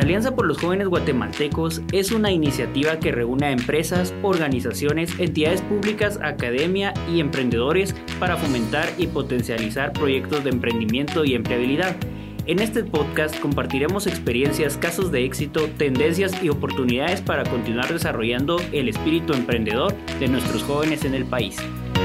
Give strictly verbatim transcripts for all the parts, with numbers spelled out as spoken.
Alianza por los Jóvenes Guatemaltecos es una iniciativa que reúne a empresas, organizaciones, entidades públicas, academia y emprendedores para fomentar y potencializar proyectos de emprendimiento y empleabilidad. En este podcast compartiremos experiencias, casos de éxito, tendencias y oportunidades para continuar desarrollando el espíritu emprendedor de nuestros jóvenes en el país.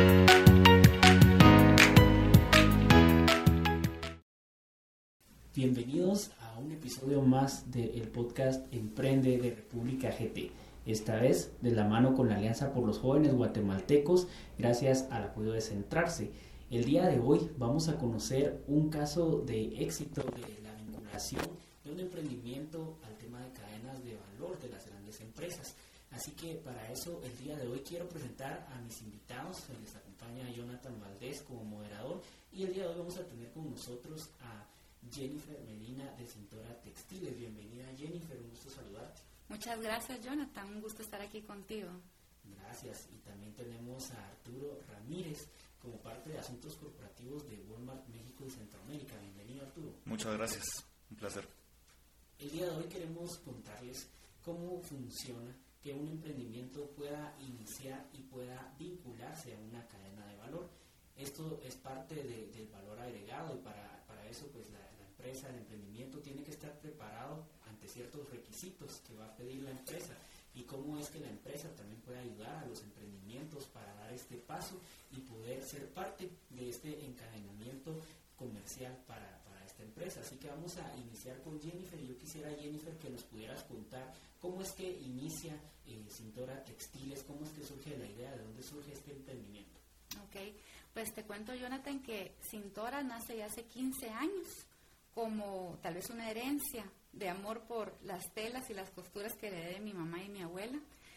Bienvenidos a un episodio más del podcast Emprende de República G T. Esta vez de la mano con la Alianza por los Jóvenes Guatemaltecos, gracias al apoyo de Centrarse. El día de hoy vamos a conocer un caso de éxito de la vinculación de un emprendimiento al tema de cadenas de valor de las grandes empresas. Así que para eso el día de hoy quiero presentar a mis invitados. Les acompaña Jonathan Valdés como moderador y el día de hoy vamos a tener con nosotros a Jennifer Medina de Cintora Textiles. Bienvenida Jennifer, un gusto saludarte. Muchas gracias Jonathan, un gusto estar aquí contigo. Gracias. Y también tenemos a Arturo Ramírez como parte de Asuntos Corporativos de Walmart México y Centroamérica. Bienvenido Arturo. Muchas gracias, un placer. El día de hoy queremos contarles cómo funciona que un emprendimiento pueda iniciar y pueda vincularse a una cadena de valor. Esto es parte de, del valor agregado y para, para eso pues la, la empresa, el emprendimiento tiene que estar preparado ante ciertos requisitos que va a pedir la empresa y cómo es que la empresa también puede ayudar a los emprendimientos para dar este paso y poder ser parte de este encadenamiento comercial para, para esta empresa. Así que vamos a iniciar con Jennifer y yo quisiera, Jennifer, que nos pudieras contar cómo es que inicia eh, Cintora Textiles, cómo es que surge la idea, de dónde surge este emprendimiento. Ok, pues te cuento Jonathan que Cintora nace ya hace quince años como tal vez una herencia de amor por las telas y las costuras que heredé de mi mamá y mi abuela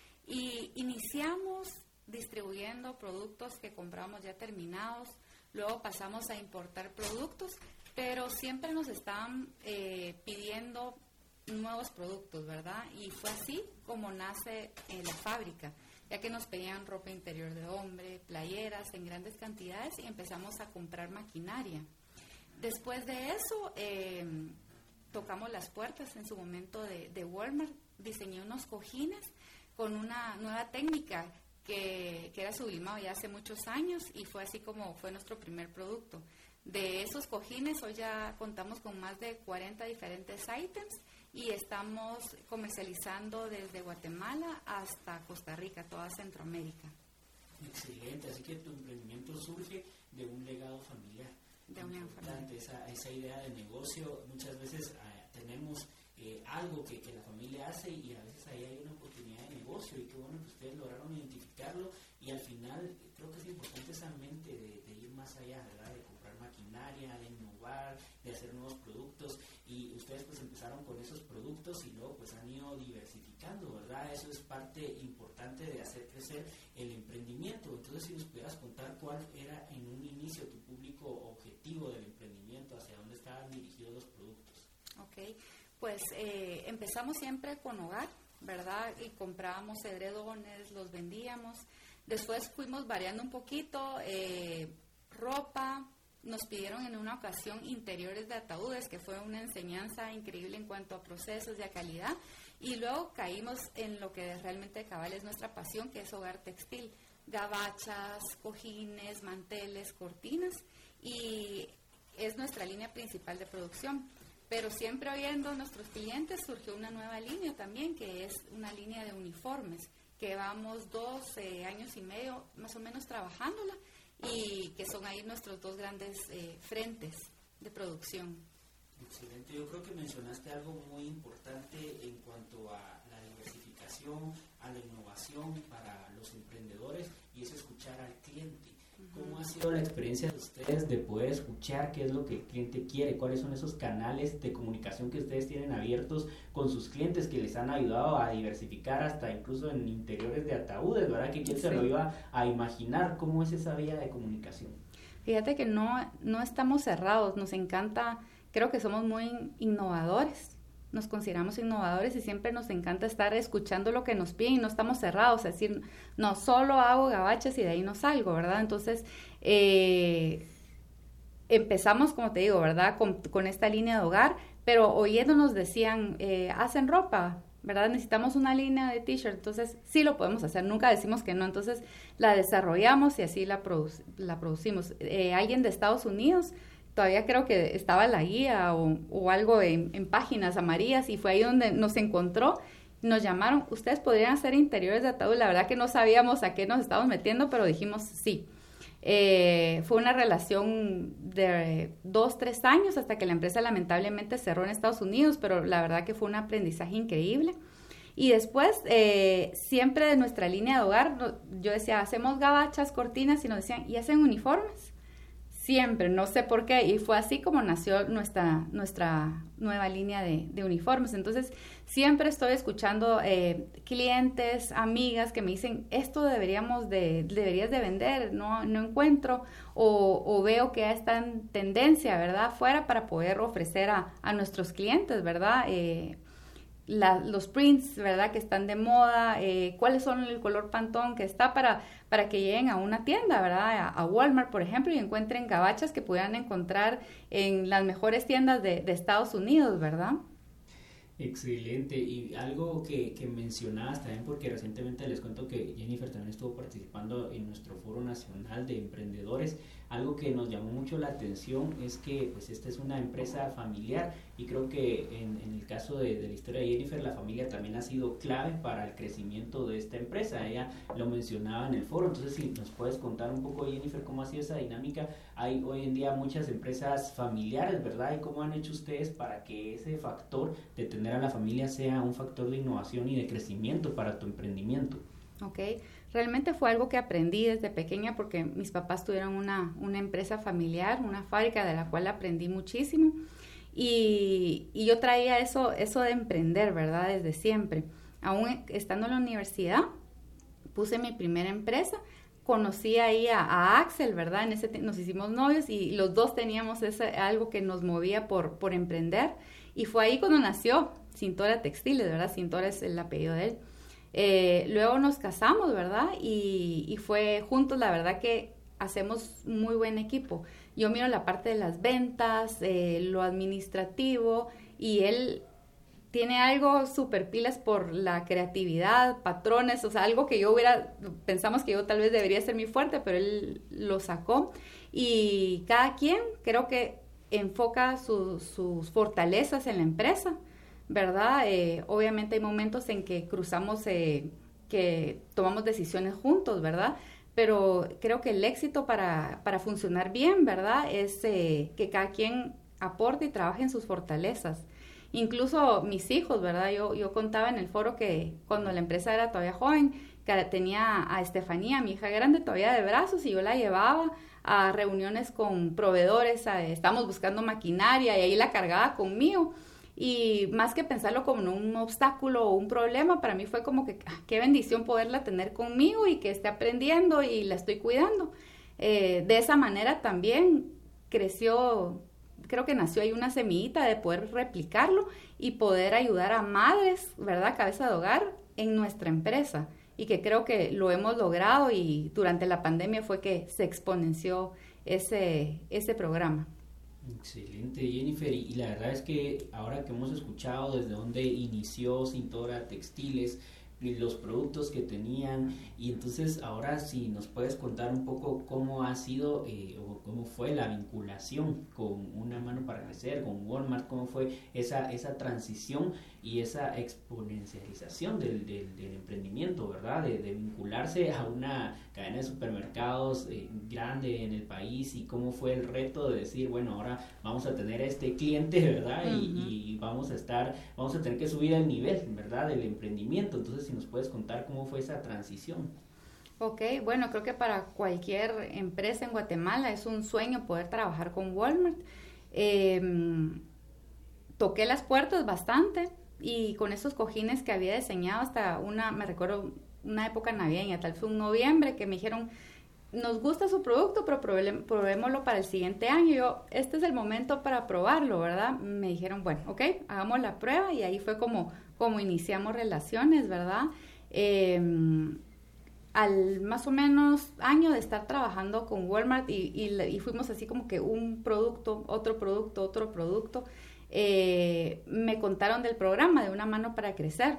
y iniciamos distribuyendo productos que compramos ya terminados, luego pasamos a importar productos, pero siempre nos estaban eh, pidiendo nuevos productos, ¿verdad? Y fue así como nace eh, la fábrica, ya que nos pedían ropa interior de hombre, playeras en grandes cantidades y empezamos a comprar maquinaria. Después de eso, eh, tocamos las puertas en su momento de, de Walmart, diseñé unos cojines con una nueva técnica que, que era sublimado ya hace muchos años y fue así como fue nuestro primer producto. De esos cojines hoy ya contamos con más de cuarenta diferentes ítems y estamos comercializando desde Guatemala hasta Costa Rica, toda Centroamérica. Excelente, así que tu emprendimiento surge de un legado familiar. De una importante esa, esa idea de negocio. Muchas veces eh, tenemos eh, algo que, que la familia hace y a veces ahí hay una oportunidad de negocio y qué bueno que ustedes lograron identificarlo y al final creo que es importante esa mente de, de ir más allá, ¿verdad? De comprar maquinaria, de innovar, de hacer nuevos productos y ustedes pues empezaron con esos productos y luego pues han ido diversificando, ¿verdad? Eso es parte importante de hacer crecer el emprendimiento. Entonces si nos pudieras contar cuál era en un inicio tu público objetivo del emprendimiento, hacia dónde estaban dirigidos los productos. Ok, pues eh, empezamos siempre con hogar, ¿verdad? Y comprábamos edredones, los vendíamos. Después fuimos variando un poquito, eh, ropa. Nos pidieron en una ocasión interiores de ataúdes, que fue una enseñanza increíble en cuanto a procesos y a calidad. Y luego caímos en lo que realmente cabal es nuestra pasión, que es hogar textil. Gabachas, cojines, manteles, cortinas. Y es nuestra línea principal de producción. Pero siempre oyendo a nuestros clientes surgió una nueva línea también, que es una línea de uniformes, que vamos dos eh, años y medio más o menos trabajándola. Y que son ahí nuestros dos grandes eh, frentes de producción. Excelente, yo creo que mencionaste algo muy importante en cuanto a la diversificación, a la innovación para los emprendedores y es escuchar al cliente. Uh-huh. ¿Cómo ha sido la experiencia de ustedes de poder escuchar qué es lo que el cliente quiere? ¿Cuáles son esos canales de comunicación que ustedes tienen abiertos con sus clientes que les han ayudado a diversificar hasta incluso en interiores de ataúdes, ¿verdad? Que quién sí. se lo iba a imaginar. ¿Cómo es esa vía de comunicación? Fíjate que no, no estamos cerrados, nos encanta, creo que somos muy innovadores. Nos consideramos innovadores y siempre nos encanta estar escuchando lo que nos piden y no estamos cerrados, es decir, no solo hago gabachas y de ahí no salgo, ¿verdad? Entonces, eh, empezamos, como te digo, ¿verdad? Con, con esta línea de hogar, pero oyéndonos decían, eh, hacen ropa, ¿verdad? Necesitamos una línea de t-shirt, entonces sí lo podemos hacer, nunca decimos que no, entonces la desarrollamos y así la, produ- la producimos. Eh, alguien de Estados Unidos, todavía creo que estaba la guía o, o algo en, en páginas amarillas, y fue ahí donde nos encontró, nos llamaron, ustedes podrían hacer interiores de ataúd, la verdad que no sabíamos a qué nos estábamos metiendo, pero dijimos sí. Eh, fue una relación de dos, tres años hasta que la empresa lamentablemente cerró en Estados Unidos, pero la verdad que fue un aprendizaje increíble. Y después, eh, siempre de nuestra línea de hogar, no, yo decía, hacemos gabachas, cortinas, y nos decían, ¿y hacen uniformes? Siempre, no sé por qué, y fue así como nació nuestra, nuestra nueva línea de, de uniformes. Entonces, siempre estoy escuchando eh, clientes, amigas que me dicen, esto deberíamos de, deberías de vender, no, no encuentro, o, o veo que ya está en tendencia, ¿verdad?, afuera para poder ofrecer a, a nuestros clientes, ¿verdad?, eh, La, los prints, ¿verdad?, que están de moda, eh, cuáles son el color Pantone que está para, para que lleguen a una tienda, ¿verdad?, a, a Walmart, por ejemplo, y encuentren gabachas que puedan encontrar en las mejores tiendas de, de Estados Unidos, ¿verdad? Excelente, y algo que, que mencionabas también, porque recientemente les cuento que Jennifer también estuvo participando en nuestro Foro Nacional de Emprendedores. Algo que nos llamó mucho la atención es que pues esta es una empresa familiar, y creo que en, en el caso de, de la historia de Jennifer, la familia también ha sido clave para el crecimiento de esta empresa. Ella lo mencionaba en el foro, entonces si nos puedes contar un poco, Jennifer, cómo ha sido esa dinámica. Hay hoy en día muchas empresas familiares, ¿verdad? ¿Y cómo han hecho ustedes para que ese factor de tener a la familia sea un factor de innovación y de crecimiento para tu emprendimiento? Ok, realmente fue algo que aprendí desde pequeña porque mis papás tuvieron una, una empresa familiar, una fábrica de la cual aprendí muchísimo, y, y yo traía eso, eso de emprender, ¿verdad?, desde siempre. Aún estando en la universidad, puse mi primera empresa, conocí ahí a, a Axel, ¿verdad?, en ese nos hicimos novios y los dos teníamos ese, algo que nos movía por, por emprender, y fue ahí cuando nació Cintora Textiles, ¿verdad? Cintora es el apellido de él. Eh, luego nos casamos, ¿verdad? Y, y fue juntos, la verdad que hacemos muy buen equipo. Yo miro la parte de las ventas, eh, lo administrativo, y él tiene algo súper pilas por la creatividad, patrones, o sea, algo que yo hubiera, pensamos que yo tal vez debería ser muy fuerte, pero él lo sacó. Y cada quien creo que enfoca su, sus fortalezas en la empresa, ¿verdad? Eh, obviamente hay momentos en que cruzamos, eh, que tomamos decisiones juntos, ¿verdad? Pero creo que el éxito para, para funcionar bien, ¿verdad?, es eh, que cada quien aporte y trabaje en sus fortalezas. Incluso mis hijos, ¿verdad? Yo, yo contaba en el foro que cuando la empresa era todavía joven, que tenía a Estefanía, mi hija grande, todavía de brazos, y yo la llevaba a reuniones con proveedores, a, estamos buscando maquinaria, y ahí la cargaba conmigo. Y más que pensarlo como un obstáculo o un problema, para mí fue como que ah, qué bendición poderla tener conmigo y que esté aprendiendo y la estoy cuidando. Eh, de esa manera también creció, creo que nació ahí una semillita de poder replicarlo y poder ayudar a madres, ¿verdad?, cabeza de hogar en nuestra empresa, y que creo que lo hemos logrado, y durante la pandemia fue que se exponenció ese, ese programa. Excelente, Jennifer, y, y la verdad es que ahora que hemos escuchado desde dónde inició Cintora Textiles, y los productos que tenían, y entonces ahora si nos puedes contar un poco cómo ha sido eh, o cómo fue la vinculación con Una Mano para Crecer, con Walmart, cómo fue esa esa transición y esa exponencialización del, del, del emprendimiento, ¿verdad? De, de vincularse a una cadena de supermercados eh, grande en el país, y cómo fue el reto de decir, bueno, ahora vamos a tener a este cliente, ¿verdad? Uh-huh. Y, y vamos a estar, vamos a tener que subir el nivel, ¿verdad?, del emprendimiento. Entonces, si nos puedes contar cómo fue esa transición. Ok, bueno, creo que para cualquier empresa en Guatemala es un sueño poder trabajar con Walmart. Eh, toqué las puertas bastante, y con esos cojines que había diseñado hasta una, me recuerdo, una época navideña, tal fue un noviembre, que me dijeron, nos gusta su producto, pero probémoslo para el siguiente año. Y yo, este es el momento para probarlo, ¿verdad? Me dijeron, bueno, ok, hagamos la prueba, y ahí fue como, como iniciamos relaciones, ¿verdad? Eh, al más o menos año de estar trabajando con Walmart, y, y, y fuimos así como que un producto, otro producto, otro producto, eh, me contaron del programa de Una Mano para Crecer.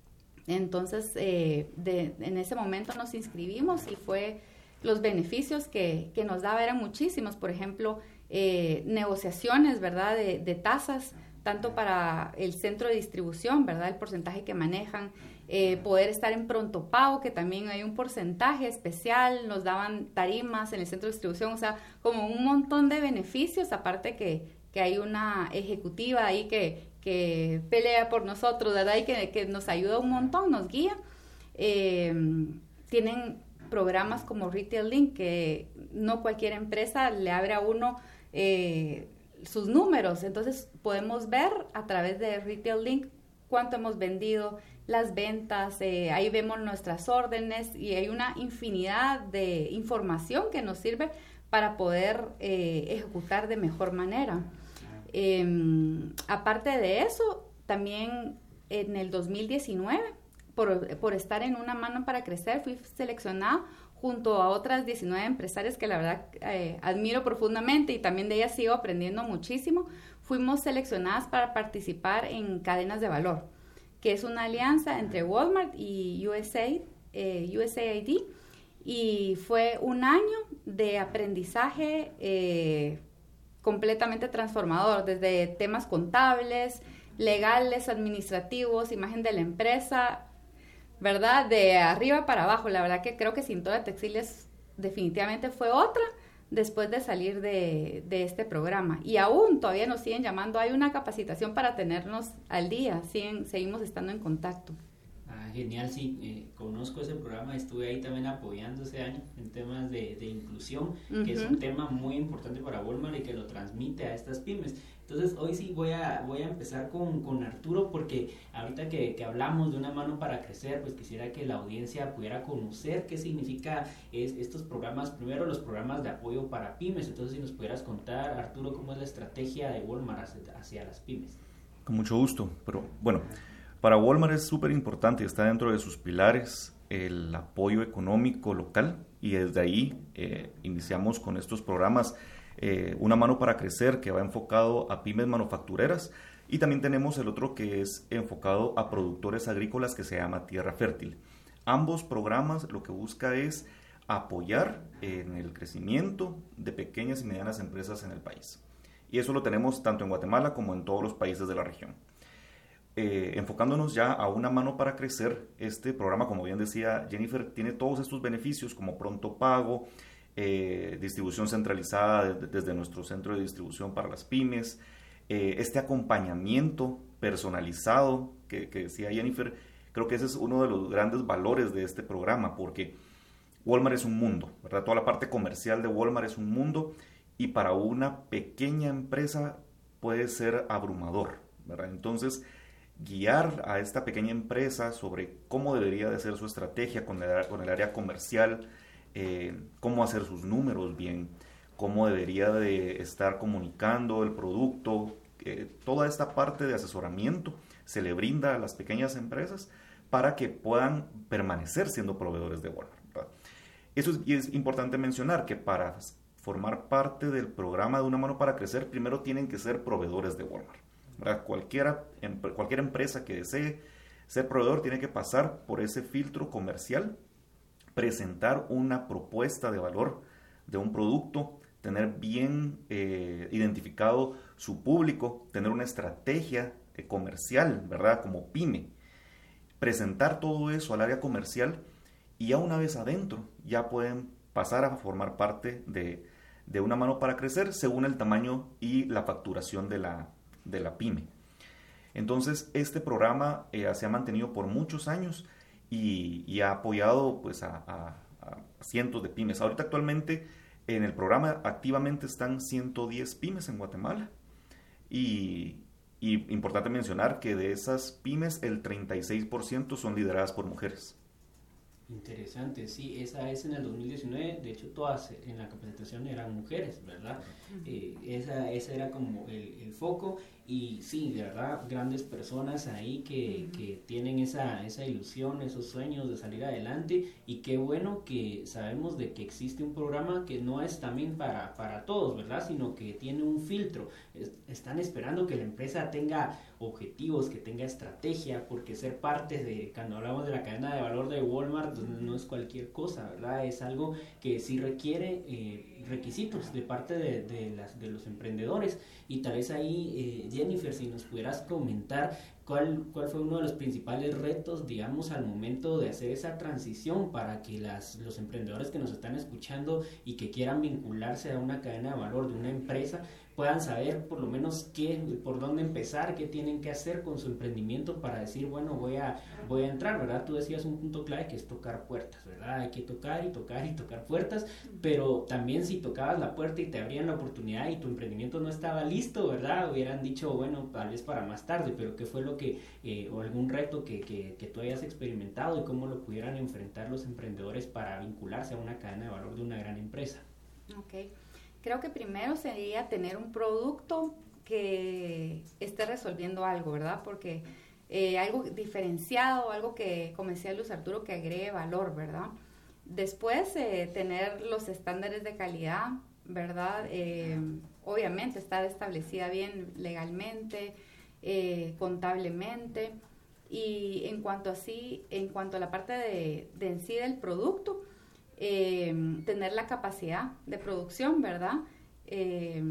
Entonces, eh, de, en ese momento nos inscribimos y fue los beneficios que, que nos daba eran muchísimos. Por ejemplo, eh, negociaciones, ¿verdad?, de, de tasas, tanto para el centro de distribución, ¿verdad?, el porcentaje que manejan, eh, poder estar en pronto pago, que también hay un porcentaje especial, nos daban tarimas en el centro de distribución, o sea, como un montón de beneficios, aparte que, que hay una ejecutiva ahí que, que pelea por nosotros, ¿verdad?, y que, que nos ayuda un montón, nos guía. Eh, tienen programas como Retail Link, que no cualquier empresa le abre a uno eh, sus números, entonces podemos ver a través de Retail Link cuánto hemos vendido, las ventas, eh, ahí vemos nuestras órdenes y hay una infinidad de información que nos sirve para poder eh, ejecutar de mejor manera. Eh, aparte de eso, también en el dos mil diecinueve, por, por estar en Una Mano para Crecer, fui seleccionada junto a otras diecinueve empresarias que la verdad eh, admiro profundamente y también de ellas sigo aprendiendo muchísimo. Fuimos seleccionadas para participar en Cadenas de Valor, que es una alianza entre Walmart y U S A I D, eh, U S A I D, y fue un año de aprendizaje eh, completamente transformador, desde temas contables, legales, administrativos, imagen de la empresa, ¿verdad? De arriba para abajo. La verdad que creo que Cintora Textiles definitivamente fue otra después de salir de, de este programa. Y aún todavía nos siguen llamando. Hay una capacitación para tenernos al día. Siguen, seguimos estando en contacto. Ah, genial, sí. Eh, conozco ese programa. Estuve ahí también apoyando ese año en temas de, de inclusión, uh-huh. que es un tema muy importante para Walmart y que lo transmite a estas pymes. Entonces, hoy sí voy a voy a empezar con, con Arturo, porque ahorita que, que hablamos de Una Mano para Crecer, pues quisiera que la audiencia pudiera conocer qué significa es, estos programas, primero los programas de apoyo para pymes. Entonces, si nos pudieras contar, Arturo, cómo es la estrategia de Walmart hacia, hacia las pymes. Con mucho gusto, pero bueno, para Walmart es súper importante, está dentro de sus pilares el apoyo económico local, y desde ahí eh, iniciamos con estos programas. Eh, Una Mano para Crecer, que va enfocado a pymes manufactureras, y también tenemos el otro que es enfocado a productores agrícolas, que se llama Tierra Fértil. Ambos programas lo que busca es apoyar en el crecimiento de pequeñas y medianas empresas en el país, y eso lo tenemos tanto en Guatemala como en todos los países de la región. Eh, enfocándonos ya a Una Mano para Crecer, este programa, como bien decía Jennifer, tiene todos estos beneficios como pronto pago, Eh, distribución centralizada de, desde nuestro centro de distribución para las pymes, eh, este acompañamiento personalizado que, que decía Jennifer. Creo que ese es uno de los grandes valores de este programa, porque Walmart es un mundo, ¿verdad? Toda la parte comercial de Walmart es un mundo, y para una pequeña empresa puede ser abrumador, ¿verdad? Entonces, guiar a esta pequeña empresa sobre cómo debería de ser su estrategia con el, con el área comercial, Eh, cómo hacer sus números bien, cómo debería de estar comunicando el producto, eh, toda esta parte de asesoramiento se le brinda a las pequeñas empresas para que puedan permanecer siendo proveedores de Walmart, ¿verdad? Eso es, y es importante mencionar que para formar parte del programa de Una Mano para Crecer, primero tienen que ser proveedores de Walmart, ¿verdad? Cualquiera, cualquier empresa que desee ser proveedor tiene que pasar por ese filtro comercial, presentar una propuesta de valor de un producto, tener bien eh, identificado su público, tener una estrategia eh, comercial, ¿verdad? Como pyme. Presentar todo eso al área comercial, y ya una vez adentro ya pueden pasar a formar parte de, de Una Mano para Crecer según el tamaño y la facturación de la, de la pyme. Entonces, este programa eh, se ha mantenido por muchos años y, y ha apoyado pues, a, a, a cientos de pymes. Ahorita actualmente en el programa activamente están ciento diez pymes en Guatemala, y, y importante mencionar que de esas pymes el treinta y seis por ciento son lideradas por mujeres. Interesante, sí, esa es en el dos mil diecinueve, de hecho todas en la capacitación eran mujeres, ¿verdad? Uh-huh. Eh, esa, ese era como el, el foco y sí, de verdad, grandes personas ahí que, uh-huh. que tienen esa, esa ilusión, esos sueños de salir adelante y qué bueno que sabemos de que existe un programa que no es también para, para todos, ¿verdad? Sino que tiene un filtro, es, están esperando que la empresa tenga objetivos, que tenga estrategia, porque ser parte de, cuando hablamos de la cadena de valor de Walmart, no es cualquier cosa, ¿verdad? Es algo que sí requiere eh, requisitos de parte de, de, las, de los emprendedores. Y tal vez ahí, eh, Jennifer, si nos pudieras comentar cuál, cuál fue uno de los principales retos, digamos, al momento de hacer esa transición para que las, los emprendedores que nos están escuchando y que quieran vincularse a una cadena de valor de una empresa, puedan saber por lo menos qué, por dónde empezar, qué tienen que hacer con su emprendimiento para decir, bueno, voy a, voy a entrar, ¿verdad? Tú decías un punto clave que es tocar puertas, ¿verdad? Hay que tocar y tocar y tocar puertas, pero también si tocabas la puerta y te abrían la oportunidad y tu emprendimiento no estaba listo, ¿verdad? Hubieran dicho, bueno, tal vez para más tarde, pero ¿qué fue lo que, eh, o algún reto que, que, que tú hayas experimentado y cómo lo pudieran enfrentar los emprendedores para vincularse a una cadena de valor de una gran empresa? Ok. Creo que primero sería tener un producto que esté resolviendo algo, ¿verdad? Porque eh, algo diferenciado, algo que, como decía Luz Arturo, que agregue valor, ¿verdad? Después, eh, tener los estándares de calidad, ¿verdad? Eh, obviamente, estar establecida bien legalmente, eh, contablemente. Y en cuanto así, en cuanto a la parte de, de en sí del producto, Eh, tener la capacidad de producción, ¿verdad? Eh,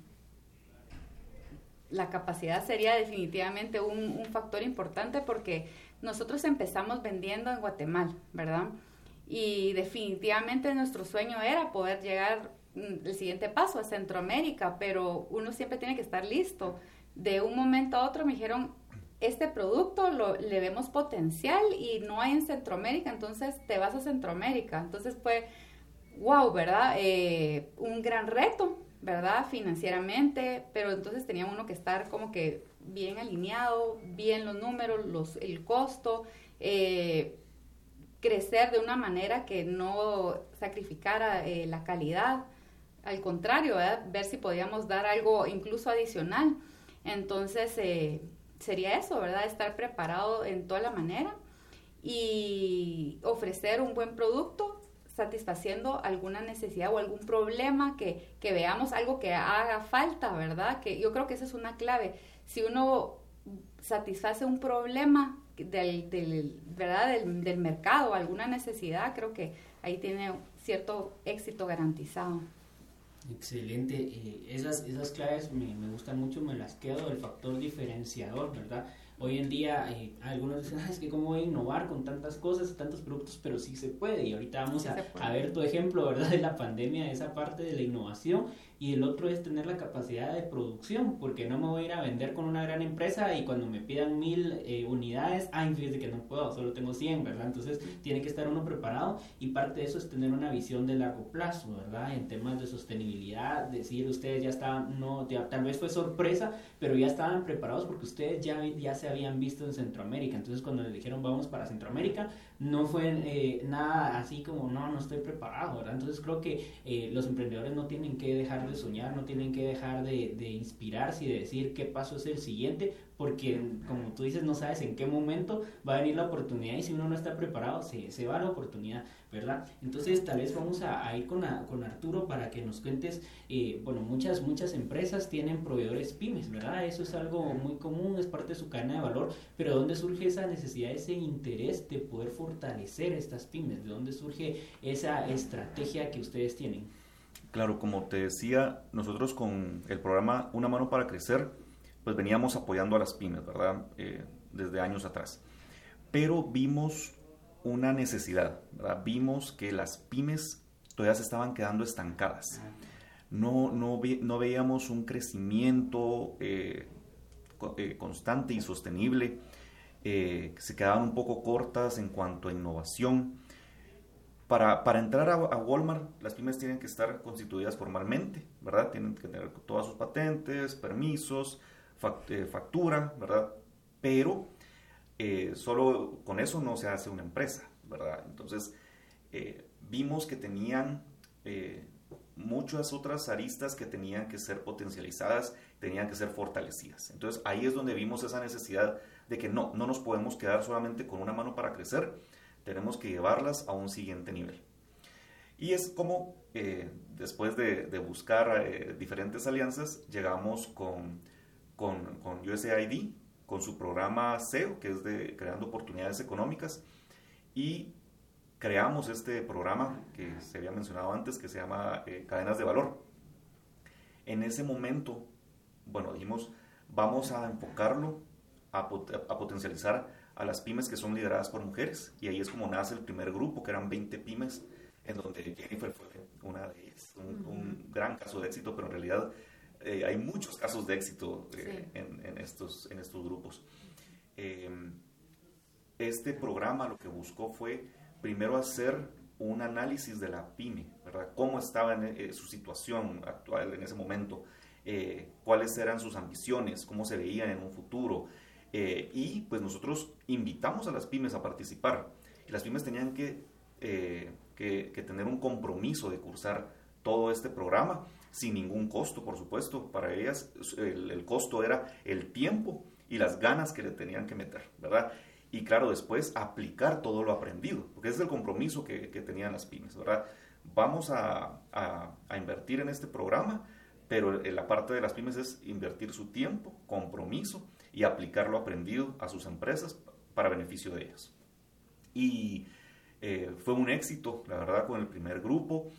la capacidad sería definitivamente un, un factor importante porque nosotros empezamos vendiendo en Guatemala, ¿verdad? Y definitivamente nuestro sueño era poder llegar el siguiente paso a Centroamérica, pero uno siempre tiene que estar listo. De un momento a otro me dijeron, este producto lo, le vemos potencial y no hay en Centroamérica, entonces te vas a Centroamérica. Entonces fue, wow, ¿verdad? Eh, un gran reto, ¿verdad? Financieramente, pero entonces tenía uno que estar como que bien alineado, bien los números, los, el costo, eh, crecer de una manera que no sacrificara eh, la calidad, al contrario, ¿verdad? Ver si podíamos dar algo incluso adicional. Entonces, eh, sería eso, ¿verdad? Estar preparado en toda la manera y ofrecer un buen producto satisfaciendo alguna necesidad o algún problema que, que veamos, algo que haga falta, ¿verdad? Que yo creo que esa es una clave. Si uno satisface un problema del, del, ¿verdad? del, del mercado, alguna necesidad, creo que ahí tiene cierto éxito garantizado. Excelente, eh, esas, esas claves me, me gustan mucho, me las quedo, el factor diferenciador, ¿verdad? Hoy en día eh, algunos dicen, ah, es que cómo voy a innovar con tantas cosas, tantos productos, pero sí se puede, y ahorita vamos sí a, a ver tu ejemplo, ¿verdad? De la pandemia, esa parte de la innovación, y el otro es tener la capacidad de producción, porque no me voy a ir a vender con una gran empresa y cuando me pidan mil eh, unidades, ay, fíjate que no puedo, solo tengo cien, ¿verdad? Entonces tiene que estar uno preparado y parte de eso es tener una visión de largo plazo, ¿verdad? En temas de sostenibilidad, decir, ustedes ya estaban, no, ya, tal vez fue sorpresa, pero ya estaban preparados porque ustedes ya, ya se habían visto en Centroamérica, entonces cuando les dijeron vamos para Centroamérica, no fue eh, nada así como, no, no estoy preparado, ¿verdad? Entonces creo que eh, los emprendedores no tienen que dejar de soñar, no tienen que dejar de, de inspirarse y de decir qué paso es el siguiente, porque como tú dices, no sabes en qué momento va a venir la oportunidad y si uno no está preparado, se, se va la oportunidad, ¿verdad? Entonces tal vez vamos a, a ir con, a, con Arturo para que nos cuentes, eh, bueno, muchas, muchas empresas tienen proveedores pymes, ¿verdad? Eso es algo muy común, es parte de su cadena de valor, pero ¿de dónde surge esa necesidad, ese interés de poder fortalecer estas pymes? ¿De dónde surge esa estrategia que ustedes tienen? Claro, como te decía, nosotros con el programa Una Mano para Crecer, pues veníamos apoyando a las pymes, ¿verdad? Eh, desde años atrás. Pero vimos una necesidad, ¿verdad? Vimos que las pymes todavía se estaban quedando estancadas. No, no, ve, no veíamos un crecimiento eh, eh, constante y sostenible. Eh, se quedaban un poco cortas en cuanto a innovación. Para, para entrar a, a Walmart, las pymes tienen que estar constituidas formalmente, ¿verdad? Tienen que tener todas sus patentes, permisos, fact, eh, factura, ¿verdad? Pero eh, solo con eso no se hace una empresa, ¿verdad? Entonces, eh, vimos que tenían eh, muchas otras aristas que tenían que ser potencializadas, tenían que ser fortalecidas. Entonces, ahí es donde vimos esa necesidad de que no, no nos podemos quedar solamente con una mano para crecer, tenemos que llevarlas a un siguiente nivel. Y es como, eh, después de, de buscar eh, diferentes alianzas, llegamos con, con, con U S A I D, con su programa C E O, que es de Creando Oportunidades Económicas, y creamos este programa que se había mencionado antes, que se llama eh, Cadenas de Valor. En ese momento, bueno, dijimos, vamos a enfocarlo a, pot a potencializar a las pymes que son lideradas por mujeres, y ahí es como nace el primer grupo, que eran veinte pymes, en donde Jennifer fue una de ellas, un, un gran caso de éxito, pero en realidad eh, hay muchos casos de éxito eh, sí. en, en, estos, en estos grupos. Eh, este programa lo que buscó fue primero hacer un análisis de la pyme, ¿verdad? Cómo estaba en eh, su situación actual en ese momento, eh, cuáles eran sus ambiciones, cómo se veían en un futuro, eh, y pues nosotros invitamos a las pymes a participar, y las pymes tenían que, eh, que, que tener un compromiso de cursar todo este programa sin ningún costo, por supuesto. Para ellas el, el costo era el tiempo y las ganas que le tenían que meter, ¿verdad? Y claro, después aplicar todo lo aprendido, porque ese es el compromiso que, que tenían las pymes, ¿verdad? Vamos a, a, a invertir en este programa, pero la parte de las pymes es invertir su tiempo, compromiso y aplicar lo aprendido a sus empresas para beneficio de ellas. Y eh, fue un éxito, la verdad, con el primer grupo.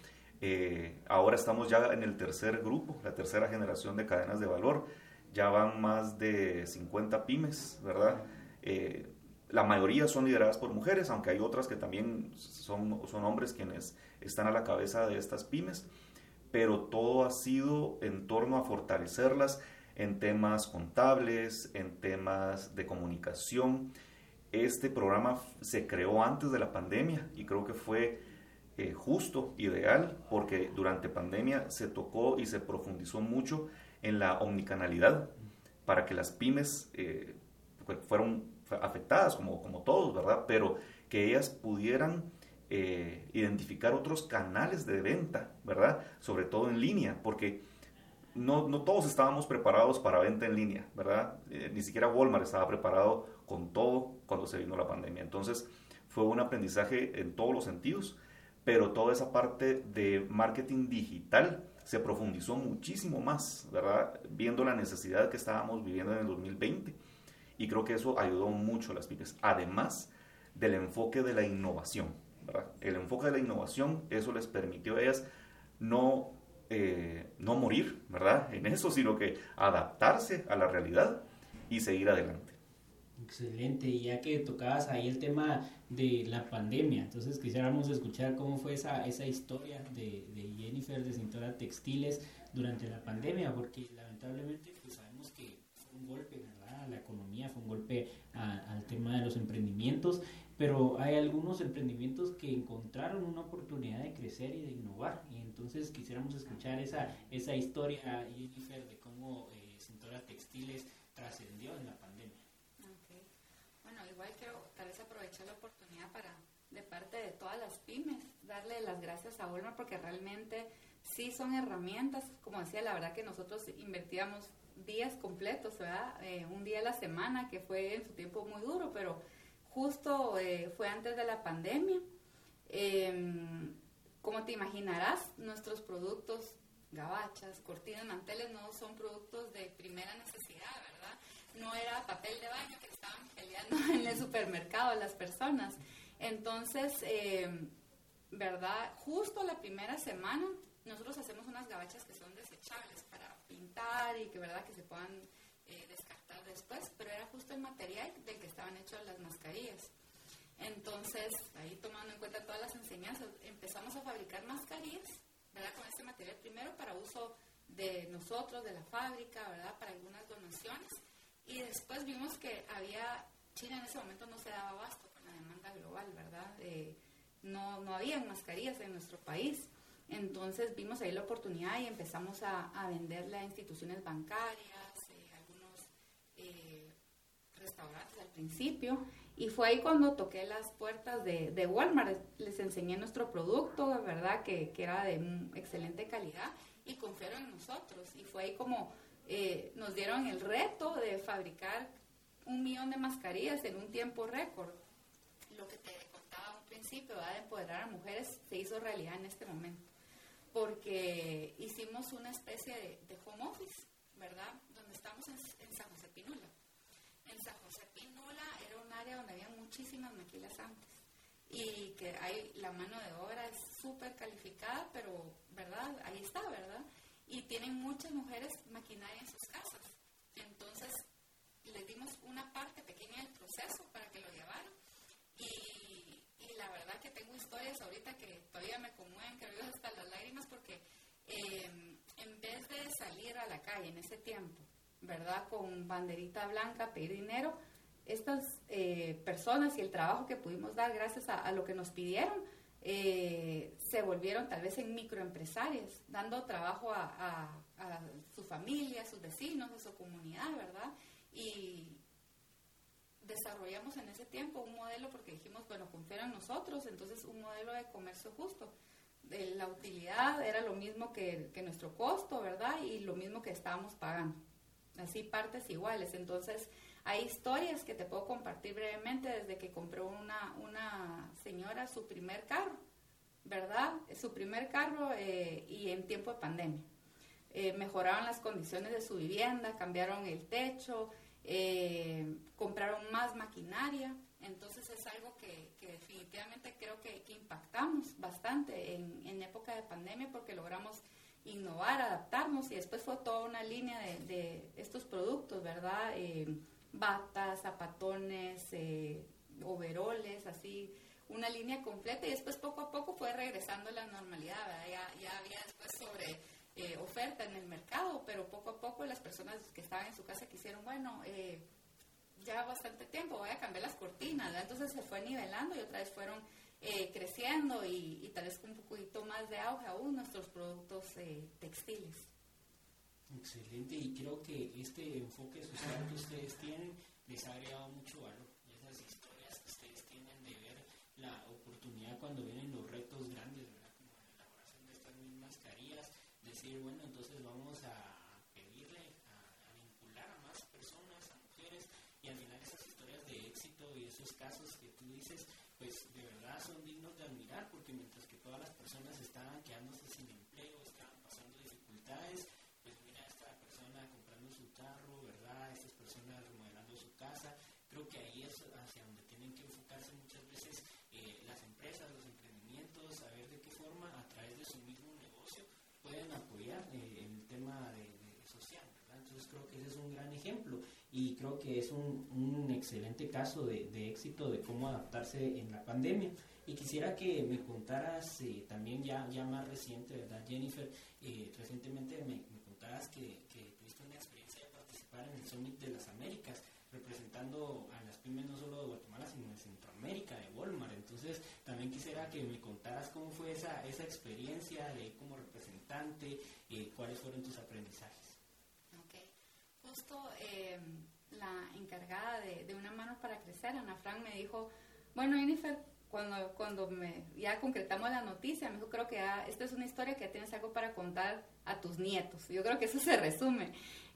Eh, ahora estamos ya en el tercer grupo, la tercera generación de cadenas de valor. Ya van más de cincuenta pymes, ¿verdad? Eh, La mayoría son lideradas por mujeres, aunque hay otras que también son, son hombres quienes están a la cabeza de estas pymes, pero todo ha sido en torno a fortalecerlas en temas contables, en temas de comunicación. Este programa se creó antes de la pandemia y creo que fue eh, justo, ideal, porque durante pandemia se tocó y se profundizó mucho en la omnicanalidad para que las pymes eh, fueran afectadas como, como todos, ¿verdad? Pero que ellas pudieran eh, identificar otros canales de venta, ¿verdad? Sobre todo en línea, porque no, no todos estábamos preparados para venta en línea, ¿verdad? Eh, ni siquiera Walmart estaba preparado con todo cuando se vino la pandemia. Entonces fue un aprendizaje en todos los sentidos, pero toda esa parte de marketing digital se profundizó muchísimo más, ¿verdad? Viendo la necesidad que estábamos viviendo en el dos mil veinte. Y creo que eso ayudó mucho a las pymes, además del enfoque de la innovación, ¿verdad? El enfoque de la innovación, eso les permitió a ellas no, eh, no morir, ¿verdad? En eso, sino que adaptarse a la realidad y seguir adelante. Excelente, y ya que tocabas ahí el tema de la pandemia, entonces quisiéramos escuchar cómo fue esa, esa historia de, de Jennifer de Cintora Textiles durante la pandemia, porque lamentablemente pues sabemos que fue un golpe, ¿verdad? A la economía, fue un golpe a, al tema de los emprendimientos, pero hay algunos emprendimientos que encontraron una oportunidad de crecer y de innovar, y entonces quisiéramos escuchar esa, esa historia, Jennifer, de cómo eh, Cintora Textiles trascendió en la pandemia. Okay. Bueno, igual quiero tal vez aprovechar la oportunidad para, de parte de todas las pymes, darle las gracias a Walmart, porque realmente sí son herramientas, como decía, la verdad que nosotros invertíamos días completos, ¿verdad? Eh, un día a la semana, que fue en su tiempo muy duro, pero justo eh, fue antes de la pandemia. Eh, como te imaginarás, nuestros productos, gabachas, cortinas, manteles, no son productos de primera necesidad, ¿verdad? No era papel de baño que estaban peleando en el supermercado las personas. Entonces, eh, ¿verdad? Justo la primera semana, nosotros hacemos unas gabachas que son desechables para pintar y que, ¿verdad?, que se puedan eh, descartar después, pero era justo el material del que estaban hechas las mascarillas. Entonces, ahí tomando en cuenta todas las enseñanzas, empezamos a fabricar mascarillas, ¿verdad?, con este material primero para uso de nosotros, de la fábrica, ¿verdad?, para algunas donaciones, y después vimos que había, China en ese momento no se daba abasto con la demanda global, ¿verdad?, eh, no, no había mascarillas en nuestro país. Entonces vimos ahí la oportunidad y empezamos a, a venderle a instituciones bancarias, eh, algunos eh, restaurantes al principio, y fue ahí cuando toqué las puertas de, de Walmart. Les enseñé nuestro producto, ¿verdad? Que, que era de excelente calidad, y confiaron en nosotros. Y fue ahí como eh, nos dieron el reto de fabricar un millón de mascarillas en un tiempo récord. Lo que te contaba a un principio, ¿verdad? De empoderar a mujeres, se hizo realidad en este momento. Porque hicimos una especie de, de home office, ¿verdad? Donde estamos en, en San José Pinula. En San José Pinula era un área donde había muchísimas maquilas antes. Y que hay, la mano de obra es súper calificada, pero, ¿verdad? Ahí está, ¿verdad? Y tienen muchas mujeres maquinaria en sus casas. Entonces, les dimos una parte pequeña del proceso para que lo llevaran. Y, y la verdad que tengo historias ahorita que todavía me conmueven, que veo hasta las lágrimas, porque eh, en vez de salir a la calle en ese tiempo, ¿verdad? Con banderita blanca, pedir dinero, estas eh, personas y el trabajo que pudimos dar gracias a, a lo que nos pidieron, eh, se volvieron tal vez en microempresarios, dando trabajo a, a, a su familia, a sus vecinos, a su comunidad, ¿verdad? Y desarrollamos en ese tiempo un modelo, porque dijimos, bueno, confiaron en nosotros, entonces un modelo de comercio justo. De la utilidad era lo mismo que, que nuestro costo, ¿verdad? Y lo mismo que estábamos pagando. Así partes iguales. Entonces, hay historias que te puedo compartir brevemente, desde que compró una, una señora su primer carro, ¿verdad? Su primer carro eh, y en tiempo de pandemia. Eh, mejoraron las condiciones de su vivienda, cambiaron el techo, eh, compraron más maquinaria. Entonces es algo que, que definitivamente creo que, que impactamos bastante en, en época de pandemia, porque logramos innovar, adaptarnos, y después fue toda una línea de, de estos productos, ¿verdad? Eh, batas, zapatones, eh, overoles, así, una línea completa, y después poco a poco fue regresando a la normalidad, ¿verdad? Ya, ya había después sobre eh, oferta en el mercado, pero poco a poco las personas que estaban en su casa quisieron, bueno, eh, ya bastante tiempo, voy a cambiar las cortinas, ¿verdad? Entonces se fue nivelando y otra vez fueron eh, creciendo y, y tal vez con un poquito más de auge aún nuestros productos eh, textiles. Excelente, y creo que este enfoque social que ustedes tienen les ha agregado mucho valor. Y esas historias que ustedes tienen de ver la oportunidad cuando vienen los retos grandes, ¿verdad? Como la elaboración de estas mismas mascarillas, decir, bueno, entonces vamos a pedirle, a, a vincular a más personas, a mujeres, y al final esas historias de éxito y esos casos que tú dices, pues de verdad son dignos de admirar, porque mientras que todas las personas estaban quedándose sin empleo, estaban pasando dificultades, pues mira, esta persona comprando su carro, ¿verdad? Estas personas remodelando su casa. Creo que ahí es hacia donde tienen que enfocarse muchas veces eh, las empresas, los emprendimientos, saber de qué forma a través de su mismo negocio pueden apoyar eh, el tema de, de social, ¿verdad? Entonces creo que ese es un gran ejemplo, y creo que es un, un excelente caso de, de éxito de cómo adaptarse en la pandemia. Y quisiera que me contaras eh, también ya, ya más reciente, ¿verdad, Jennifer? Eh, recientemente me, me contabas que, que tuviste una experiencia de participar en el Summit de las Américas, representando a las pymes no solo de Guatemala, sino de Centroamérica, de Walmart. Entonces, también quisiera que me contaras cómo fue esa, esa experiencia de ir como representante, eh, cuáles fueron tus aprendizajes. Ok, justo eh, la encargada de, de Una Mano para Crecer, Ana Frank, me dijo, bueno, Jennifer, cuando, cuando me, ya concretamos la noticia, me dijo, creo que ya, esta es una historia que ya tienes algo para contar a tus nietos. Yo creo que eso se resume.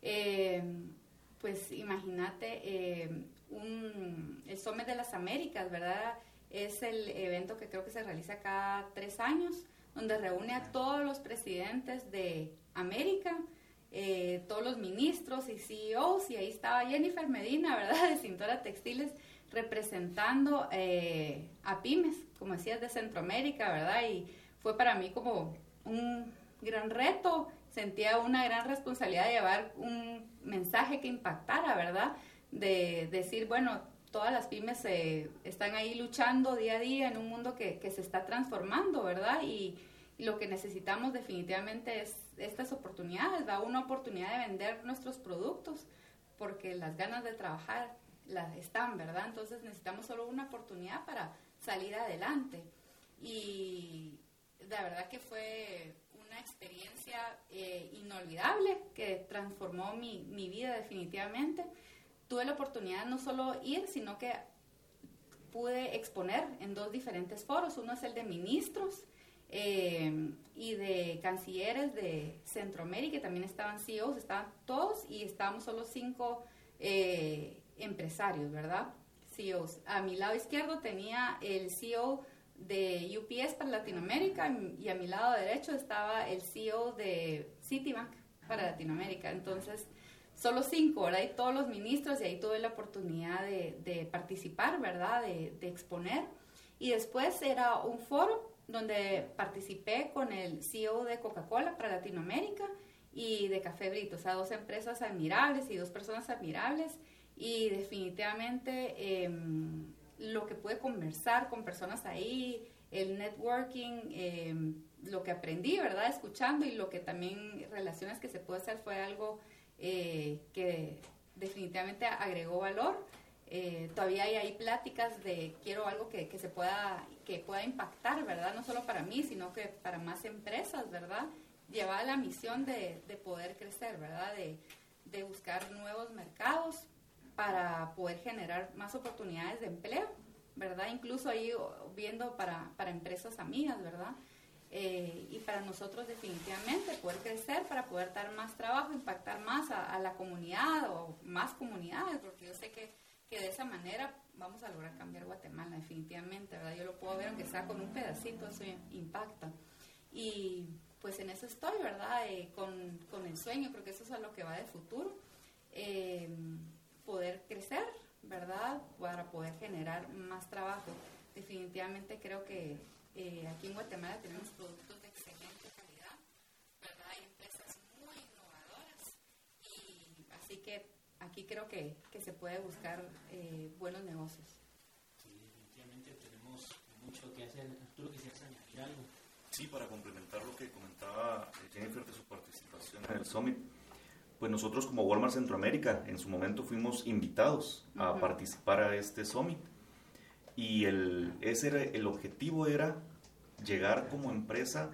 Eh, pues imagínate, eh, un, el Summit de las Américas, ¿verdad? Es el evento que creo que se realiza cada tres años, donde reúne a todos los presidentes de América, eh, todos los ministros y C E Os, y ahí estaba Jennifer Medina, ¿verdad? De Cintora Textiles, representando eh, a pymes, como decías, de Centroamérica, ¿verdad? Y fue para mí como un gran reto, sentía una gran responsabilidad de llevar un mensaje que impactara, ¿verdad? De decir, bueno, todas las pymes eh, están ahí luchando día a día en un mundo que, que se está transformando, ¿verdad? Y, y lo que necesitamos definitivamente es estas oportunidades, da una oportunidad de vender nuestros productos, porque las ganas de trabajar las están, ¿verdad? Entonces necesitamos solo una oportunidad para salir adelante. Y la verdad que fue una experiencia eh, inolvidable, que transformó mi, mi vida definitivamente. tuve la oportunidad no solo ir, sino que pude exponer en dos diferentes foros. Uno es el de ministros eh, y de cancilleres de Centroamérica, también estaban C E Os, estaban todos y estábamos solo cinco eh, empresarios, ¿verdad? C E Os. A mi lado izquierdo tenía el C E O de U P S para Latinoamérica y a mi lado derecho estaba el C E O de Citibank para Latinoamérica. Entonces, solo cinco, ¿verdad? Y todos los ministros, y ahí tuve la oportunidad de, de participar, ¿verdad? De, de exponer. Y después era un foro donde participé con el C E O de Coca-Cola para Latinoamérica y de Café Brito, o sea, dos empresas admirables y dos personas admirables. Y definitivamente eh, lo que pude conversar con personas ahí, el networking, eh, lo que aprendí, ¿verdad? Escuchando, y lo que también, relaciones que se puede hacer, fue algo eh, que definitivamente agregó valor. Eh, todavía hay, hay pláticas de quiero algo que, que se pueda, que pueda impactar, ¿verdad? No solo para mí, sino que para más empresas, ¿verdad? Llevar la misión de, de poder crecer, ¿verdad? De, de buscar nuevos mercados para poder generar más oportunidades de empleo, ¿verdad? Incluso ahí viendo para, para empresas amigas, ¿verdad? Eh, y para nosotros definitivamente poder crecer, para poder dar más trabajo, impactar más a, a la comunidad o más comunidades, porque yo sé que, que de esa manera vamos a lograr cambiar Guatemala definitivamente, ¿verdad? Yo lo puedo ver, aunque sea con un pedacito, eso impacta. Y pues en eso estoy, ¿verdad? Eh, con, con el sueño, creo que eso es a lo que va de futuro. Eh, poder crecer, ¿verdad? Para poder generar más trabajo. Definitivamente creo que eh, aquí en Guatemala tenemos productos de excelente calidad, ¿verdad? Hay empresas muy innovadoras y así que aquí creo que, que se puede buscar eh, buenos negocios. Sí, definitivamente tenemos mucho que hacer. Arturo, ¿quisieras añadir algo? Sí, para complementar lo que comentaba Jennifer de su participación en el Summit. Pues nosotros como Walmart Centroamérica en su momento fuimos invitados a uh-huh. participar a este Summit y el, ese era, el objetivo era llegar como empresa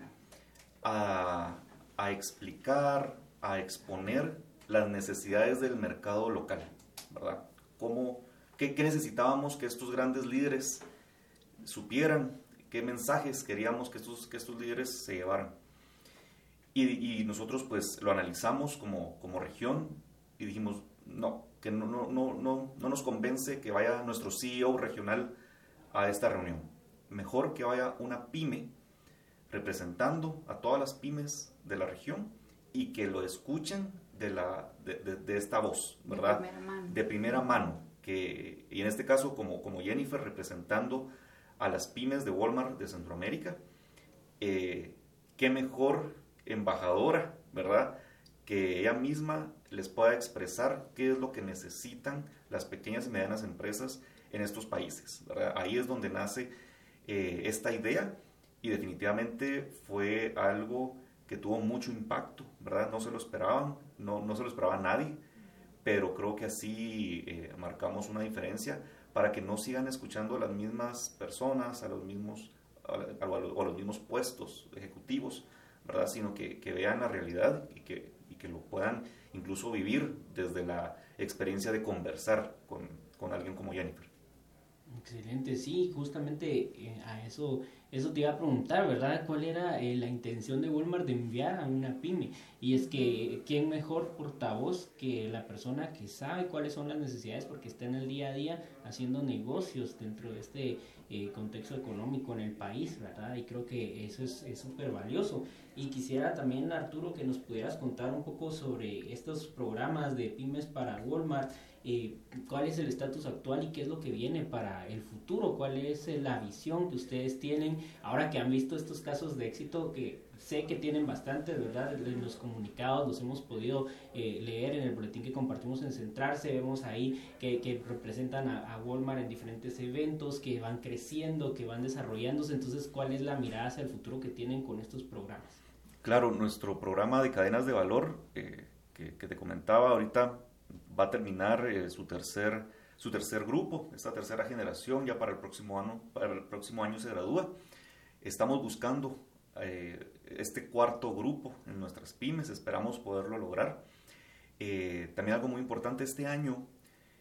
a, a explicar, a exponer las necesidades del mercado local, ¿verdad? Cómo, qué, qué necesitábamos que estos grandes líderes supieran, qué mensajes queríamos que estos, que estos líderes se llevaran. Y, y nosotros pues lo analizamos como, como región y dijimos, no, que no, no, no, no, no nos convence que vaya nuestro C E O regional a esta reunión. Mejor que vaya una pyme representando a todas las pymes de la región y que lo escuchen de, la, de, de, de esta voz, ¿verdad? De primera mano. De primera mano. Que, y en este caso como, como Jennifer representando a las pymes de Walmart de Centroamérica, eh, qué mejor embajadora, ¿verdad? Que ella misma les pueda expresar qué es lo que necesitan las pequeñas y medianas empresas en estos países, ¿verdad? Ahí es donde nace eh, esta idea y definitivamente fue algo que tuvo mucho impacto, ¿verdad? No se lo esperaban, no, no se lo esperaba nadie, pero creo que así eh, marcamos una diferencia para que no sigan escuchando a las mismas personas, a los mismos, a, a, a los, a los mismos puestos ejecutivos, ¿verdad? Sino que, que vean la realidad y que, y que lo puedan incluso vivir desde la experiencia de conversar con, con alguien como Jennifer. Excelente, sí, justamente eh, a eso, eso te iba a preguntar, ¿verdad? ¿Cuál era eh, la intención de Walmart de enviar a una pyme? Y es que, ¿quién mejor portavoz que la persona que sabe cuáles son las necesidades porque está en el día a día haciendo negocios dentro de este eh, contexto económico en el país, ¿verdad? Y creo que eso es súper valioso. Y quisiera también, Arturo, que nos pudieras contar un poco sobre estos programas de pymes para Walmart. Eh, cuál es el estatus actual y qué es lo que viene para el futuro, cuál es eh, la visión que ustedes tienen ahora que han visto estos casos de éxito que sé que tienen bastantes, ¿verdad? En los comunicados los hemos podido eh, leer en el boletín que compartimos en Centrarse, vemos ahí que, que representan a, a Walmart en diferentes eventos, que van creciendo, que van desarrollándose. Entonces, ¿cuál es la mirada hacia el futuro que tienen con estos programas? Claro, nuestro programa de cadenas de valor eh, que, que te comentaba ahorita va a terminar eh, su tercer su tercer grupo, esta tercera generación, ya para el próximo año, para el próximo año se gradúa. Estamos buscando eh, este cuarto grupo en nuestras pymes, esperamos poderlo lograr. Eh, también algo muy importante, este año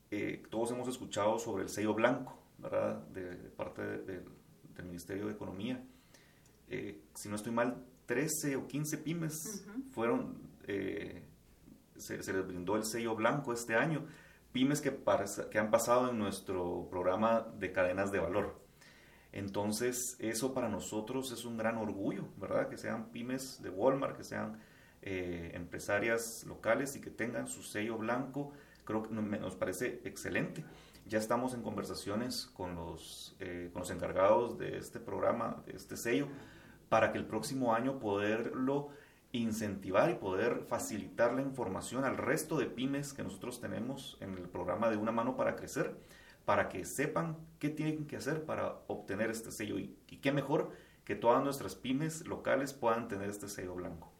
eh, todos hemos escuchado sobre el sello blanco, ¿verdad? De, de parte de, de, del Ministerio de Economía. Eh, si no estoy mal, trece o quince pymes uh-huh. fueron, eh, se, se les brindó el sello blanco este año. Pymes que, que han pasado en nuestro programa de cadenas de valor. Entonces, eso para nosotros es un gran orgullo, ¿verdad? Que sean pymes de Walmart, que sean eh, empresarias locales y que tengan su sello blanco. Creo que nos parece excelente. Ya estamos en conversaciones con los, eh, con los encargados de este programa, de este sello, para que el próximo año poderlo incentivar y poder facilitar la información al resto de pymes que nosotros tenemos en el programa de Una Mano para Crecer, para que sepan qué tienen que hacer para obtener este sello. Y, y qué mejor que todas nuestras pymes locales puedan tener este sello blanco.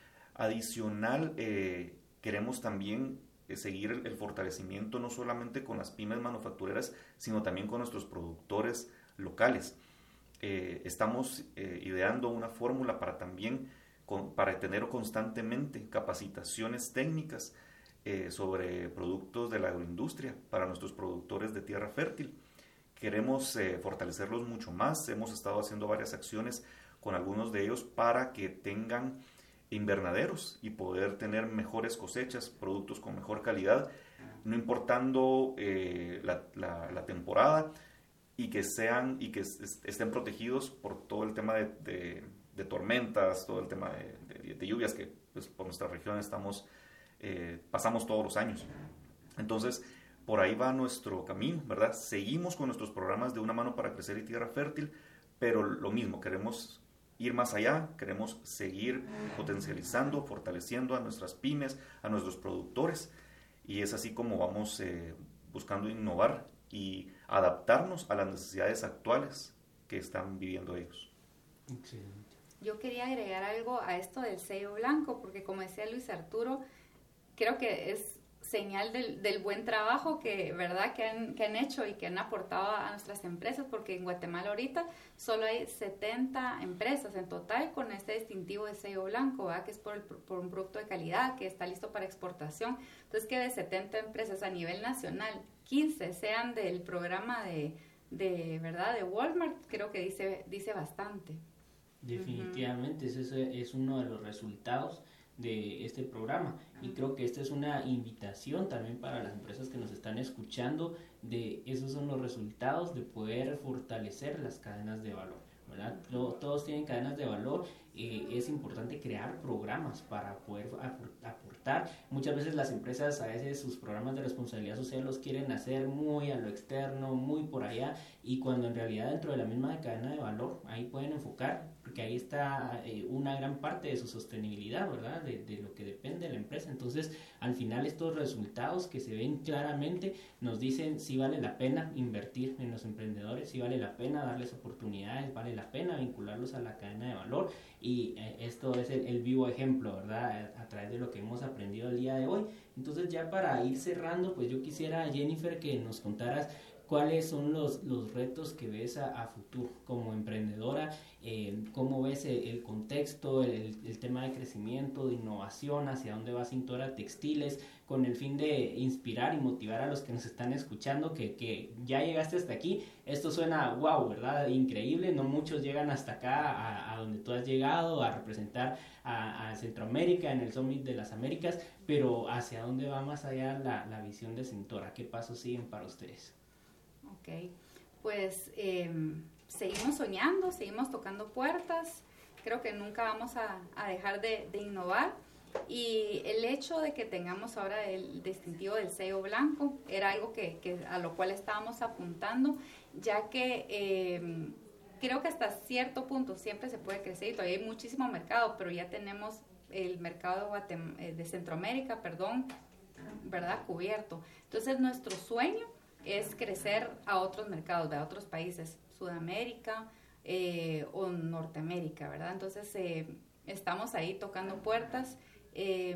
Adicional, eh, queremos también eh, seguir el, el fortalecimiento no solamente con las pymes manufactureras, sino también con nuestros productores locales. Eh, estamos eh, ideando una fórmula para también con, para tener constantemente capacitaciones técnicas eh, sobre productos de la agroindustria para nuestros productores de tierra fértil. Queremos eh, fortalecerlos mucho más. Hemos estado haciendo varias acciones con algunos de ellos para que tengan invernaderos y poder tener mejores cosechas, productos con mejor calidad, no importando eh, la, la, la temporada, y que sean y que estén protegidos por todo el tema de, de, de tormentas, todo el tema de, de, de lluvias que pues, por nuestra región estamos eh, pasamos todos los años. Entonces, por ahí va nuestro camino, ¿verdad? Seguimos con nuestros programas de Una Mano para Crecer y Tierra Fértil, pero lo mismo, queremos ir más allá, queremos seguir potencializando, fortaleciendo a nuestras pymes, a nuestros productores, y es así como vamos eh, buscando innovar y adaptarnos a las necesidades actuales que están viviendo ellos. Excelente. Yo quería agregar algo a esto del sello blanco, porque como decía Luis Arturo, creo que es señal del, del buen trabajo que, ¿verdad? que, han, que han hecho y que han aportado a nuestras empresas, porque en Guatemala ahorita solo hay setenta empresas en total con este distintivo de sello blanco, ¿verdad? Que es por, el, por un producto de calidad que está listo para exportación. Entonces, que de setenta empresas a nivel nacional, quince sean del programa de, de ¿verdad? de Walmart, creo que dice, dice bastante. Definitivamente, uh-huh. ese es uno de los resultados de este programa, y creo que esta es una invitación también para las empresas que nos están escuchando, de esos son los resultados de poder fortalecer las cadenas de valor, ¿verdad? Todos tienen cadenas de valor, eh, es importante crear programas para poder aportar. Muchas veces las empresas, a veces sus programas de responsabilidad social los quieren hacer muy a lo externo, muy por allá, y cuando en realidad dentro de la misma cadena de valor, ahí pueden enfocar, porque ahí está eh, una gran parte de su sostenibilidad, ¿verdad? De, de lo que depende de la empresa. Entonces, al final estos resultados que se ven claramente nos dicen si vale la pena invertir en los emprendedores, si vale la pena darles oportunidades, vale la pena vincularlos a la cadena de valor, y eh, esto es el, el vivo ejemplo, ¿verdad? A, a través de lo que hemos aprendido el día de hoy. Entonces, ya para ir cerrando, pues yo quisiera, Jennifer, que nos contaras cuáles son los, los retos que ves a, a futuro como emprendedora, eh, cómo ves el, el contexto, el, el tema de crecimiento, de innovación, hacia dónde va Cintora Textiles, con el fin de inspirar y motivar a los que nos están escuchando, que, que ya llegaste hasta aquí. Esto suena wow, ¿verdad? Increíble, no muchos llegan hasta acá, a, a donde tú has llegado, a representar a, a Centroamérica en el Summit de las Américas, pero ¿hacia dónde va más allá la, la visión de Cintora? ¿Qué pasos siguen para ustedes? Ok, pues eh, seguimos soñando, seguimos tocando puertas, creo que nunca vamos a, a dejar de, de innovar, y el hecho de que tengamos ahora el distintivo del sello blanco era algo que, que a lo cual estábamos apuntando, ya que eh, creo que hasta cierto punto siempre se puede crecer y todavía hay muchísimo mercado, pero ya tenemos el mercado de, Guatem- de Centroamérica, perdón, ¿verdad? Cubierto. Entonces nuestro sueño es crecer a otros mercados, a otros países, Sudamérica eh, o Norteamérica, ¿verdad? Entonces eh, estamos ahí tocando puertas, eh,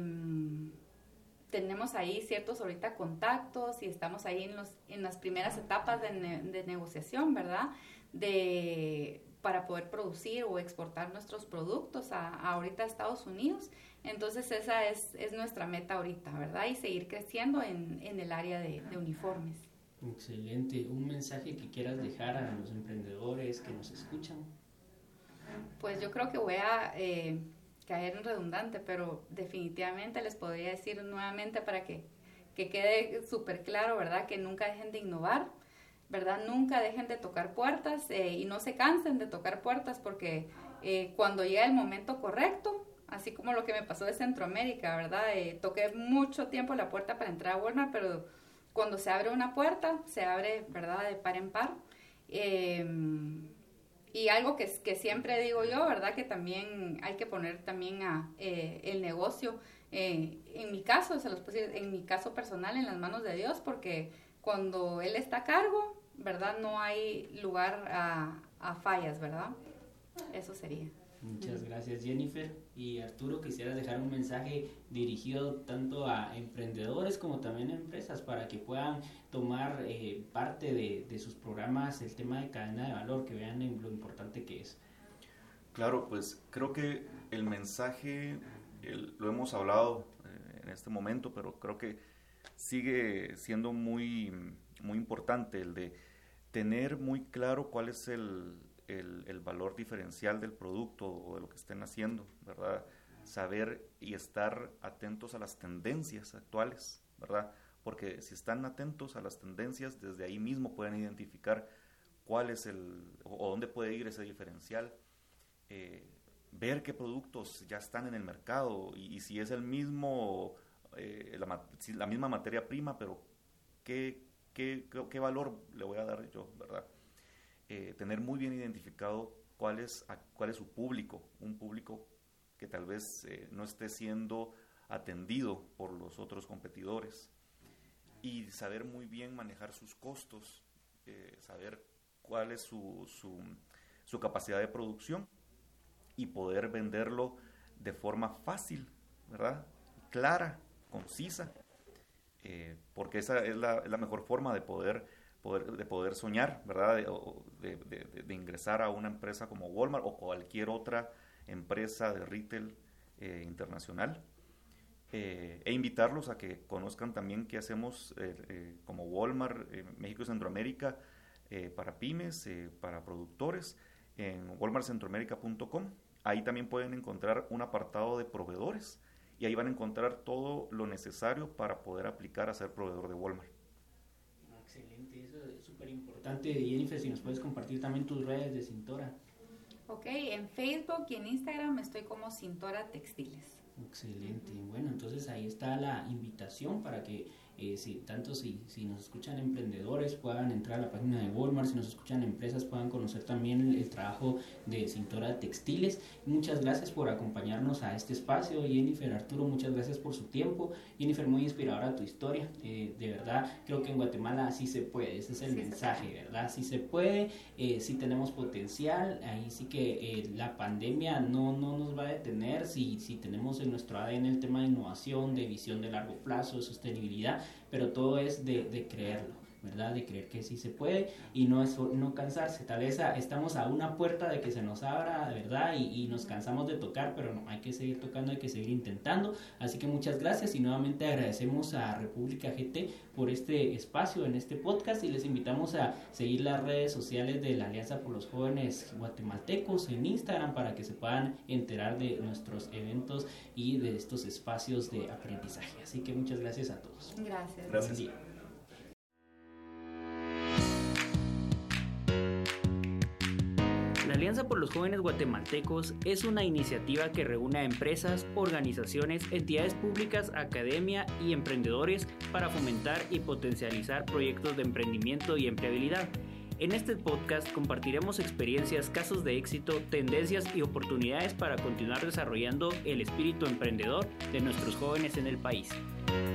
tenemos ahí ciertos ahorita contactos y estamos ahí en, los, en las primeras etapas de, ne- de negociación, ¿verdad? De para poder producir o exportar nuestros productos a, a ahorita a Estados Unidos. Entonces esa es, es nuestra meta ahorita, ¿verdad? Y seguir creciendo en, en el área de, de uniformes. Excelente. ¿Un mensaje que quieras dejar a los emprendedores que nos escuchan? Pues yo creo que voy a eh, caer en redundante, pero definitivamente les podría decir nuevamente para que, que quede súper claro, ¿verdad? Que nunca dejen de innovar, ¿verdad? Nunca dejen de tocar puertas eh, y no se cansen de tocar puertas porque eh, cuando llega el momento correcto, así como lo que me pasó de Centroamérica, ¿verdad? Eh, toqué mucho tiempo la puerta para entrar a Walmart, pero cuando se abre una puerta, se abre, ¿verdad? De par en par. Eh, y algo que, que siempre digo yo, ¿verdad? Que también hay que poner también a, eh, el negocio, eh, en mi caso, se los puedo decir, en mi caso personal, en las manos de Dios, porque cuando Él está a cargo, ¿verdad? No hay lugar a, a fallas, ¿verdad? Eso sería. Muchas gracias, Jennifer. Y Arturo, quisieras dejar un mensaje dirigido tanto a emprendedores como también a empresas para que puedan tomar eh, parte de, de sus programas el tema de cadena de valor, que vean lo importante que es. Claro, pues creo que el mensaje el, lo hemos hablado eh, en este momento, pero creo que sigue siendo muy, muy importante el de tener muy claro cuál es el, el, el valor diferencial del producto o de lo que estén haciendo, ¿verdad? Saber y estar atentos a las tendencias actuales, ¿verdad? Porque si están atentos a las tendencias, desde ahí mismo pueden identificar cuál es el, o dónde puede ir ese diferencial, eh, ver qué productos ya están en el mercado y, y si es el mismo, eh, la, si la misma materia prima, pero qué, qué, qué, qué valor le voy a dar yo, ¿verdad? Eh, tener muy bien identificado cuál es, a, cuál es su público, un público que tal vez eh, no esté siendo atendido por los otros competidores, y saber muy bien manejar sus costos, eh, saber cuál es su, su, su capacidad de producción y poder venderlo de forma fácil, ¿verdad? Clara, concisa, eh, porque esa es la, es la mejor forma de poder, poder, de poder soñar, ¿verdad? De, de, de, de ingresar a una empresa como Walmart o cualquier otra empresa de retail eh, internacional. Eh, e invitarlos a que conozcan también qué hacemos eh, eh, como Walmart, eh, México y Centroamérica, eh, para pymes, eh, para productores, en walmart centroamérica punto com. Ahí también pueden encontrar un apartado de proveedores y ahí van a encontrar todo lo necesario para poder aplicar a ser proveedor de Walmart. Excelente, eso es súper importante. Jennifer, si nos puedes compartir también tus redes de Cintora. Ok, en Facebook y en Instagram estoy como Cintora Textiles. Excelente, bueno, entonces ahí está la invitación para que eh, si, tanto si, si nos escuchan emprendedores puedan entrar a la página de Walmart, si nos escuchan empresas puedan conocer también el, el trabajo de Cintora Textiles. Muchas gracias por acompañarnos a este espacio, Jennifer, Arturo, muchas gracias por su tiempo. Jennifer, muy inspiradora tu historia, eh, de verdad creo que en Guatemala sí se puede, ese es el sí mensaje, ¿verdad? Sí se puede, eh, sí tenemos potencial, ahí sí que eh, la pandemia no, no nos va a detener si, si tenemos en nuestro A D N el tema de innovación, de visión de largo plazo, de sostenibilidad, pero todo es de, de creerlo, ¿verdad? De creer que sí se puede y no es no cansarse. Tal vez a, estamos a una puerta de que se nos abra, ¿verdad? Y, y nos cansamos de tocar, pero no, hay que seguir tocando, hay que seguir intentando. Así que muchas gracias y nuevamente agradecemos a República G T por este espacio en este podcast y les invitamos a seguir las redes sociales de la Alianza por los Jóvenes Guatemaltecos en Instagram para que se puedan enterar de nuestros eventos y de estos espacios de aprendizaje. Así que muchas gracias a todos. Gracias. Gracias. Buen día. La Alianza por los Jóvenes Guatemaltecos es una iniciativa que reúne a empresas, organizaciones, entidades públicas, academia y emprendedores para fomentar y potencializar proyectos de emprendimiento y empleabilidad. En este podcast compartiremos experiencias, casos de éxito, tendencias y oportunidades para continuar desarrollando el espíritu emprendedor de nuestros jóvenes en el país.